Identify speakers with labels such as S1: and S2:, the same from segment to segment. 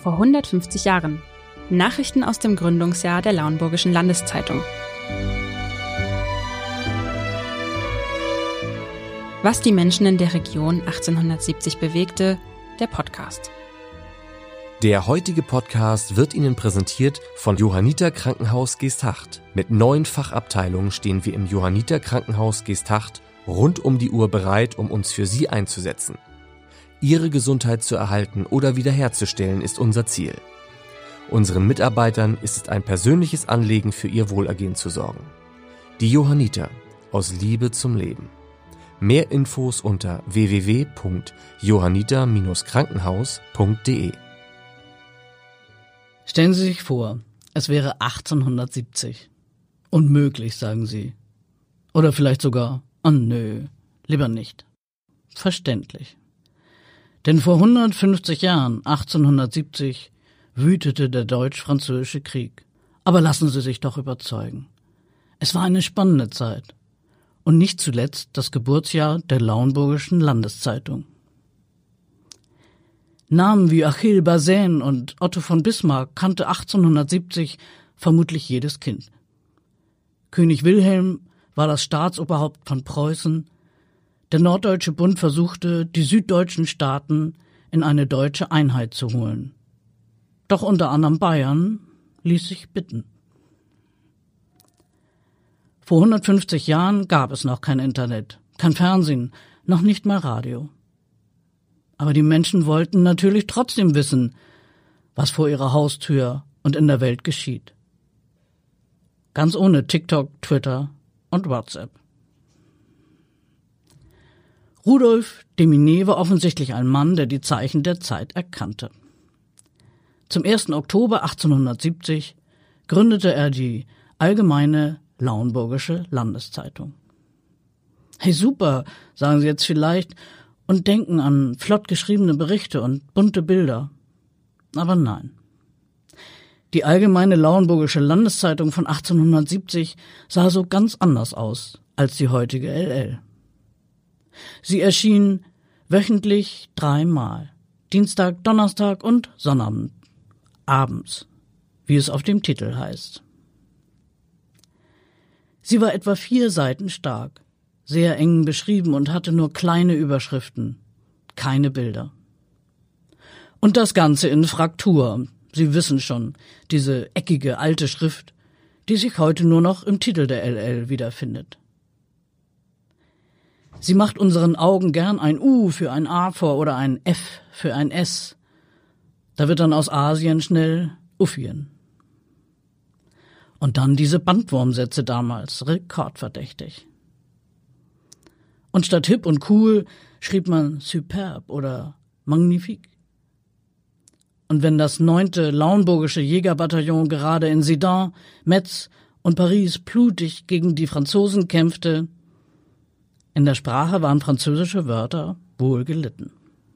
S1: vor 150 Jahren. Nachrichten aus dem Gründungsjahr der Lauenburgischen Landeszeitung. Was die Menschen in der Region 1870 bewegte, der Podcast.
S2: Der heutige Podcast wird Ihnen präsentiert von Johanniter Krankenhaus Geesthacht. Mit 9 Fachabteilungen stehen wir im Johanniter Krankenhaus Geesthacht rund um die Uhr bereit, um uns für Sie einzusetzen. Ihre Gesundheit zu erhalten oder wiederherzustellen ist unser Ziel. Unseren Mitarbeitern ist es ein persönliches Anliegen, für ihr Wohlergehen zu sorgen. Die Johanniter, aus Liebe zum Leben. Mehr Infos unter www.johanniter-krankenhaus.de.
S3: Stellen Sie sich vor, es wäre 1870. Unmöglich, sagen Sie. Oder vielleicht sogar, oh nö, lieber nicht. Verständlich. Denn vor 150 Jahren, 1870, wütete der Deutsch-Französische Krieg. Aber lassen Sie sich doch überzeugen. Es war eine spannende Zeit. Und nicht zuletzt das Geburtsjahr der Lauenburgischen Landeszeitung. Namen wie Achille Bazaine und Otto von Bismarck kannte 1870 vermutlich jedes Kind. König Wilhelm war das Staatsoberhaupt von Preußen. Der Norddeutsche Bund versuchte, die süddeutschen Staaten in eine deutsche Einheit zu holen. Doch unter anderem Bayern ließ sich bitten. Vor 150 Jahren gab es noch kein Internet, kein Fernsehen, noch nicht mal Radio. Aber die Menschen wollten natürlich trotzdem wissen, was vor ihrer Haustür und in der Welt geschieht. Ganz ohne TikTok, Twitter und WhatsApp. Rudolf Deminé war offensichtlich ein Mann, der die Zeichen der Zeit erkannte. Zum 1. Oktober 1870 gründete er die Allgemeine Lauenburgische Landeszeitung. Hey super, sagen Sie jetzt vielleicht, und denken an flott geschriebene Berichte und bunte Bilder. Aber nein. Die Allgemeine Lauenburgische Landeszeitung von 1870 sah so ganz anders aus als die heutige LL. Sie erschien wöchentlich 3 Mal. Dienstag, Donnerstag und Sonnabend. Abends, wie es auf dem Titel heißt. Sie war etwa 4 Seiten stark, sehr eng beschrieben und hatte nur kleine Überschriften, keine Bilder. Und das Ganze in Fraktur. Sie wissen schon, diese eckige alte Schrift, die sich heute nur noch im Titel der LL wiederfindet. Sie macht unseren Augen gern ein U für ein A vor oder ein F für ein S. Da wird dann aus Asien schnell Uffien. Und dann diese Bandwurmsätze damals, rekordverdächtig. Und statt hip und cool schrieb man superb oder magnifique. Und wenn das 9. Lauenburgische Jägerbataillon gerade in Sedan, Metz und Paris blutig gegen die Franzosen kämpfte, in der Sprache waren französische Wörter wohl gelitten.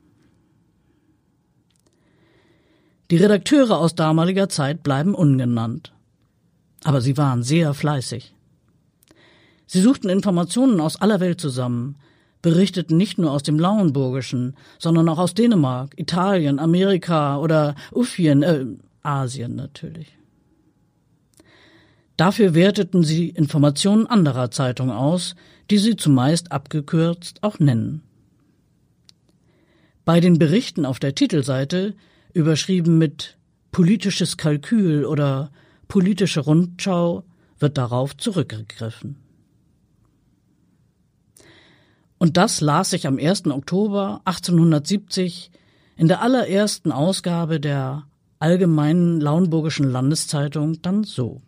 S3: Die Redakteure aus damaliger Zeit bleiben ungenannt. Aber sie waren sehr fleißig. Sie suchten Informationen aus aller Welt zusammen, berichteten nicht nur aus dem Lauenburgischen, sondern auch aus Dänemark, Italien, Amerika oder Uffien, Asien natürlich. Dafür werteten sie Informationen anderer Zeitungen aus, die sie zumeist abgekürzt auch nennen. Bei den Berichten auf der Titelseite, überschrieben mit politisches Kalkül oder politische Rundschau, wird darauf zurückgegriffen. Und das las ich am 1. Oktober 1870 in der allerersten Ausgabe der Allgemeinen Lauenburgischen Landeszeitung dann so.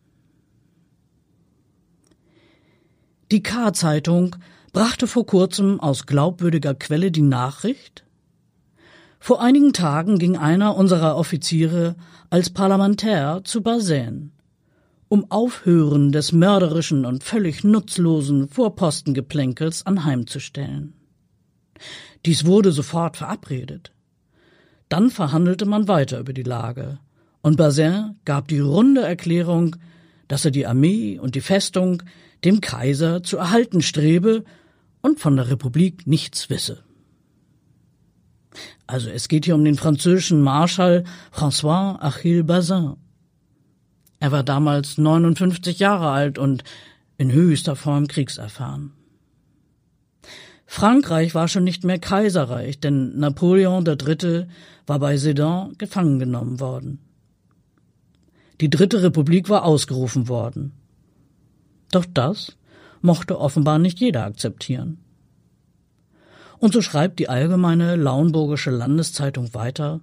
S3: Die K-Zeitung brachte vor kurzem aus glaubwürdiger Quelle die Nachricht: Vor einigen Tagen ging einer unserer Offiziere als Parlamentär zu Bazaine, um Aufhören des mörderischen und völlig nutzlosen Vorpostengeplänkels anheimzustellen. Dies wurde sofort verabredet. Dann verhandelte man weiter über die Lage, und Bazaine gab die runde Erklärung, dass er die Armee und die Festung dem Kaiser zu erhalten strebe und von der Republik nichts wisse. Also es geht hier um den französischen Marschall François-Achille Bazin. Er war damals 59 Jahre alt und in höchster Form kriegserfahren. Frankreich war schon nicht mehr Kaiserreich, denn Napoleon III. War bei Sedan gefangen genommen worden. Die Dritte Republik war ausgerufen worden. Doch das mochte offenbar nicht jeder akzeptieren. Und so schreibt die Allgemeine Lauenburgische Landeszeitung weiter: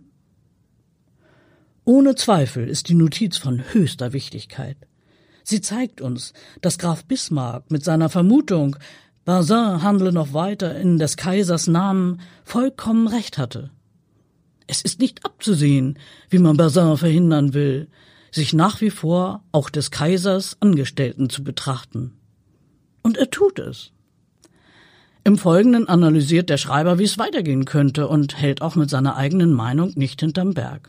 S3: Ohne Zweifel ist die Notiz von höchster Wichtigkeit. Sie zeigt uns, dass Graf Bismarck mit seiner Vermutung, Bazin handle noch weiter in des Kaisers Namen, vollkommen recht hatte. Es ist nicht abzusehen, wie man Bazin verhindern will, sich nach wie vor auch des Kaisers Angestellten zu betrachten. Und er tut es. Im Folgenden analysiert der Schreiber, wie es weitergehen könnte, und hält auch mit seiner eigenen Meinung nicht hinterm Berg.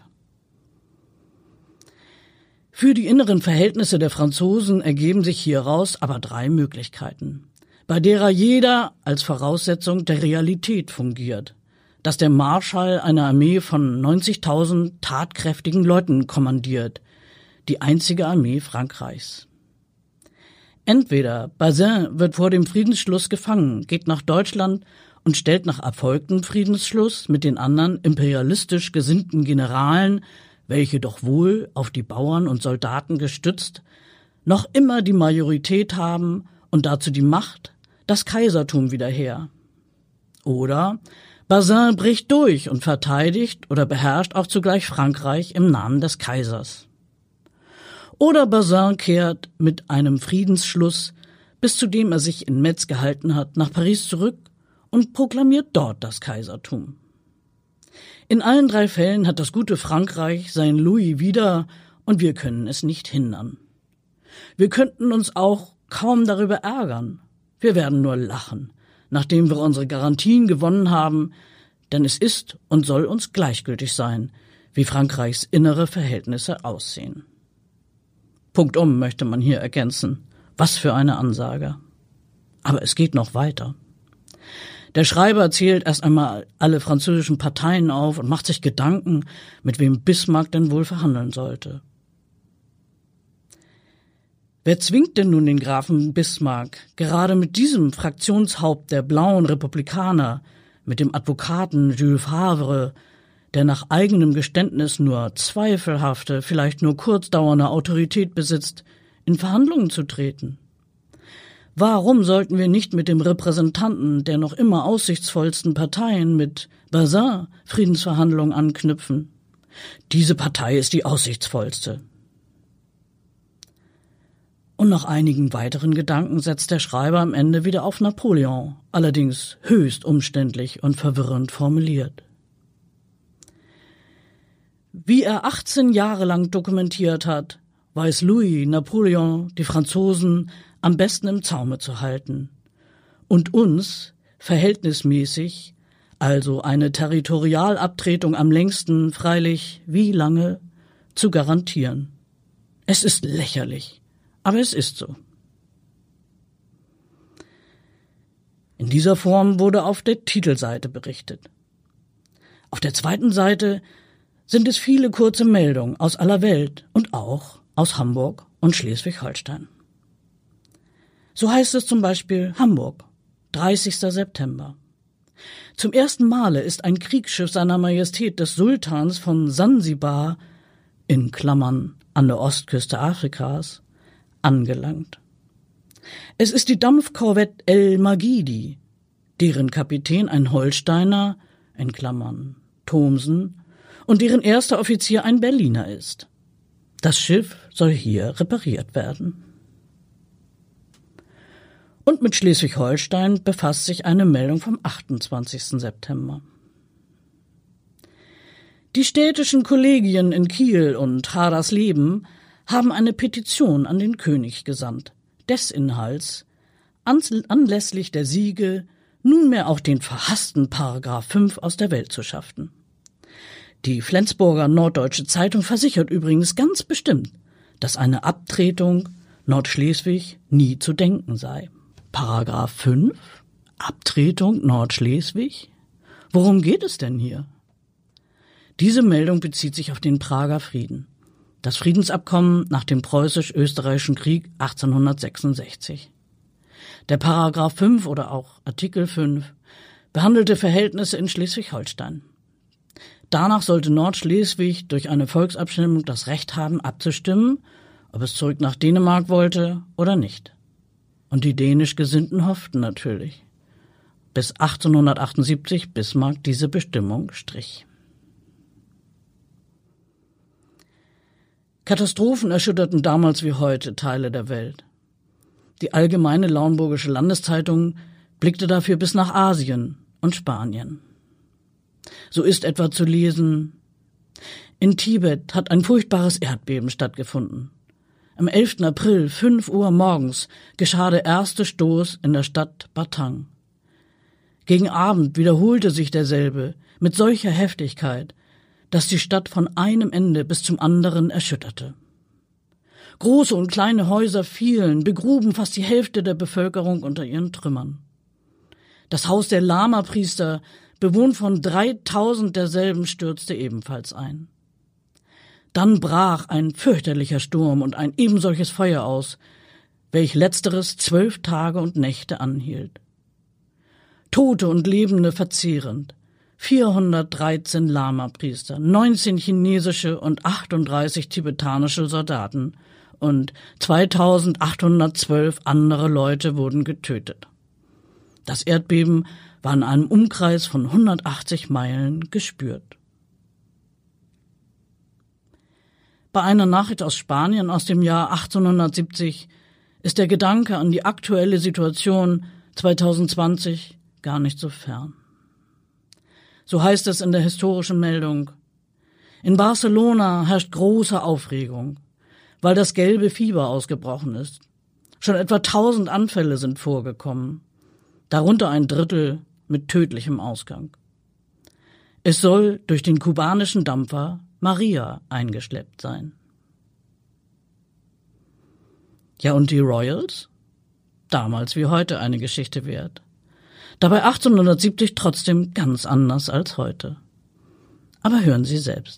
S3: Für die inneren Verhältnisse der Franzosen ergeben sich hieraus aber 3 Möglichkeiten, bei derer jeder als Voraussetzung der Realität fungiert, dass der Marschall eine Armee von 90.000 tatkräftigen Leuten kommandiert, die einzige Armee Frankreichs. Entweder Bazin wird vor dem Friedensschluss gefangen, geht nach Deutschland und stellt nach erfolgtem Friedensschluss mit den anderen imperialistisch gesinnten Generalen, welche doch wohl auf die Bauern und Soldaten gestützt, noch immer die Majorität haben und dazu die Macht, das Kaisertum wieder her. Oder Bazin bricht durch und verteidigt oder beherrscht auch zugleich Frankreich im Namen des Kaisers. Oder Bazin kehrt mit einem Friedensschluss, bis zu dem er sich in Metz gehalten hat, nach Paris zurück und proklamiert dort das Kaisertum. In allen 3 Fällen hat das gute Frankreich sein Louis wieder und wir können es nicht hindern. Wir könnten uns auch kaum darüber ärgern. Wir werden nur lachen, nachdem wir unsere Garantien gewonnen haben, denn es ist und soll uns gleichgültig sein, wie Frankreichs innere Verhältnisse aussehen. Punktum möchte man hier ergänzen. Was für eine Ansage. Aber es geht noch weiter. Der Schreiber zählt erst einmal alle französischen Parteien auf und macht sich Gedanken, mit wem Bismarck denn wohl verhandeln sollte. Wer zwingt denn nun den Grafen Bismarck, gerade mit diesem Fraktionshaupt der blauen Republikaner, mit dem Advokaten Jules Favre, der nach eigenem Geständnis nur zweifelhafte, vielleicht nur kurzdauernde Autorität besitzt, in Verhandlungen zu treten? Warum sollten wir nicht mit dem Repräsentanten der noch immer aussichtsvollsten Parteien, mit Bazin, Friedensverhandlungen anknüpfen? Diese Partei ist die aussichtsvollste. Und nach einigen weiteren Gedanken setzt der Schreiber am Ende wieder auf Napoleon, allerdings höchst umständlich und verwirrend formuliert. Wie er 18 Jahre lang dokumentiert hat, weiß Louis Napoleon die Franzosen am besten im Zaume zu halten und uns verhältnismäßig, also eine Territorialabtretung am längsten, freilich wie lange, zu garantieren. Es ist lächerlich, aber es ist so. In dieser Form wurde auf der Titelseite berichtet. Auf der zweiten Seite sind es viele kurze Meldungen aus aller Welt und auch aus Hamburg und Schleswig-Holstein. So heißt es zum Beispiel Hamburg, 30. September. Zum ersten Male ist ein Kriegsschiff seiner Majestät des Sultans von Sansibar, in Klammern an der Ostküste Afrikas, angelangt. Es ist die Dampfkorvette El Magidi, deren Kapitän ein Holsteiner, in Klammern Thomsen, und deren erster Offizier ein Berliner ist. Das Schiff soll hier repariert werden. Und mit Schleswig-Holstein befasst sich eine Meldung vom 28. September. Die städtischen Kollegien in Kiel und Hadersleben haben eine Petition an den König gesandt, des Inhalts, anlässlich der Siege nunmehr auch den verhassten Paragraph 5 aus der Welt zu schaffen. Die Flensburger Norddeutsche Zeitung versichert übrigens ganz bestimmt, dass eine Abtretung Nordschleswig nie zu denken sei. Paragraph 5? Abtretung Nordschleswig? Worum geht es denn hier? Diese Meldung bezieht sich auf den Prager Frieden, das Friedensabkommen nach dem Preußisch-Österreichischen Krieg 1866. Der Paragraph 5 oder auch Artikel 5 behandelte Verhältnisse in Schleswig-Holstein. Danach sollte Nordschleswig durch eine Volksabstimmung das Recht haben, abzustimmen, ob es zurück nach Dänemark wollte oder nicht. Und die dänisch Gesinnten hofften natürlich, bis 1878 Bismarck diese Bestimmung strich. Katastrophen erschütterten damals wie heute Teile der Welt. Die Allgemeine Lauenburgische Landeszeitung blickte dafür bis nach Asien und Spanien. So ist etwa zu lesen: In Tibet hat ein furchtbares Erdbeben stattgefunden. Am 11. April, 5 Uhr morgens, geschah der erste Stoß in der Stadt Batang. Gegen Abend wiederholte sich derselbe mit solcher Heftigkeit, dass die Stadt von einem Ende bis zum anderen erschütterte. Große und kleine Häuser fielen, begruben fast die Hälfte der Bevölkerung unter ihren Trümmern. Das Haus der Lama-Priester, bewohnt von 3000 derselben, stürzte ebenfalls ein. Dann brach ein fürchterlicher Sturm und ein ebensolches Feuer aus, welch letzteres 12 Tage und Nächte anhielt. Tote und Lebende verzehrend, 413 Lama-Priester, 19 chinesische und 38 tibetanische Soldaten und 2812 andere Leute wurden getötet. Das Erdbeben war in einem Umkreis von 180 Meilen gespürt. Bei einer Nachricht aus Spanien aus dem Jahr 1870 ist der Gedanke an die aktuelle Situation 2020 gar nicht so fern. So heißt es in der historischen Meldung: In Barcelona herrscht große Aufregung, weil das gelbe Fieber ausgebrochen ist. Schon etwa 1000 Anfälle sind vorgekommen, darunter ein Drittel mit tödlichem Ausgang. Es soll durch den kubanischen Dampfer Maria eingeschleppt sein. Ja, und die Royals? Damals wie heute eine Geschichte wert. Dabei 1870 trotzdem ganz anders als heute. Aber hören Sie selbst.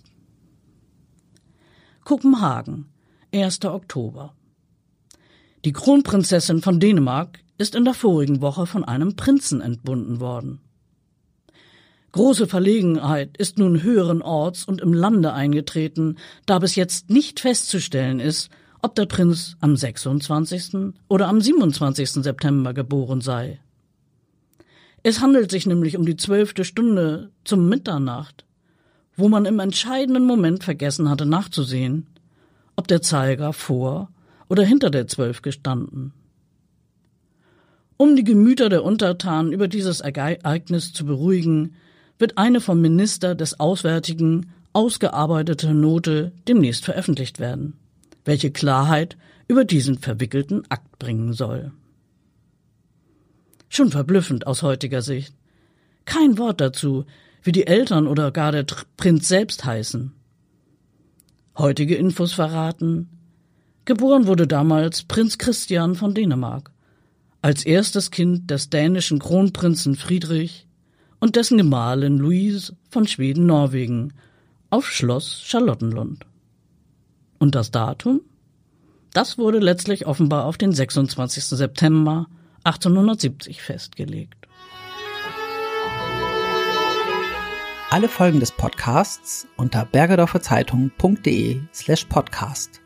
S3: Kopenhagen, 1. Oktober. Die Kronprinzessin von Dänemark ist in der vorigen Woche von einem Prinzen entbunden worden. Große Verlegenheit ist nun höheren Orts und im Lande eingetreten, da bis jetzt nicht festzustellen ist, ob der Prinz am 26. oder am 27. September geboren sei. Es handelt sich nämlich um die 12. Stunde zum Mitternacht, wo man im entscheidenden Moment vergessen hatte nachzusehen, ob der Zeiger vor oder hinter der 12 gestanden. Um die Gemüter der Untertanen über dieses Ereignis zu beruhigen, wird eine vom Minister des Auswärtigen ausgearbeitete Note demnächst veröffentlicht werden, welche Klarheit über diesen verwickelten Akt bringen soll. Schon verblüffend aus heutiger Sicht. Kein Wort dazu, wie die Eltern oder gar der Prinz selbst heißen. Heutige Infos verraten: Geboren wurde damals Prinz Christian von Dänemark, als erstes Kind des dänischen Kronprinzen Friedrich und dessen Gemahlin Louise von Schweden-Norwegen auf Schloss Charlottenlund. Und das Datum? Das wurde letztlich offenbar auf den 26. September 1870 festgelegt.
S4: Alle Folgen des Podcasts unter bergedorferzeitung.de/podcast.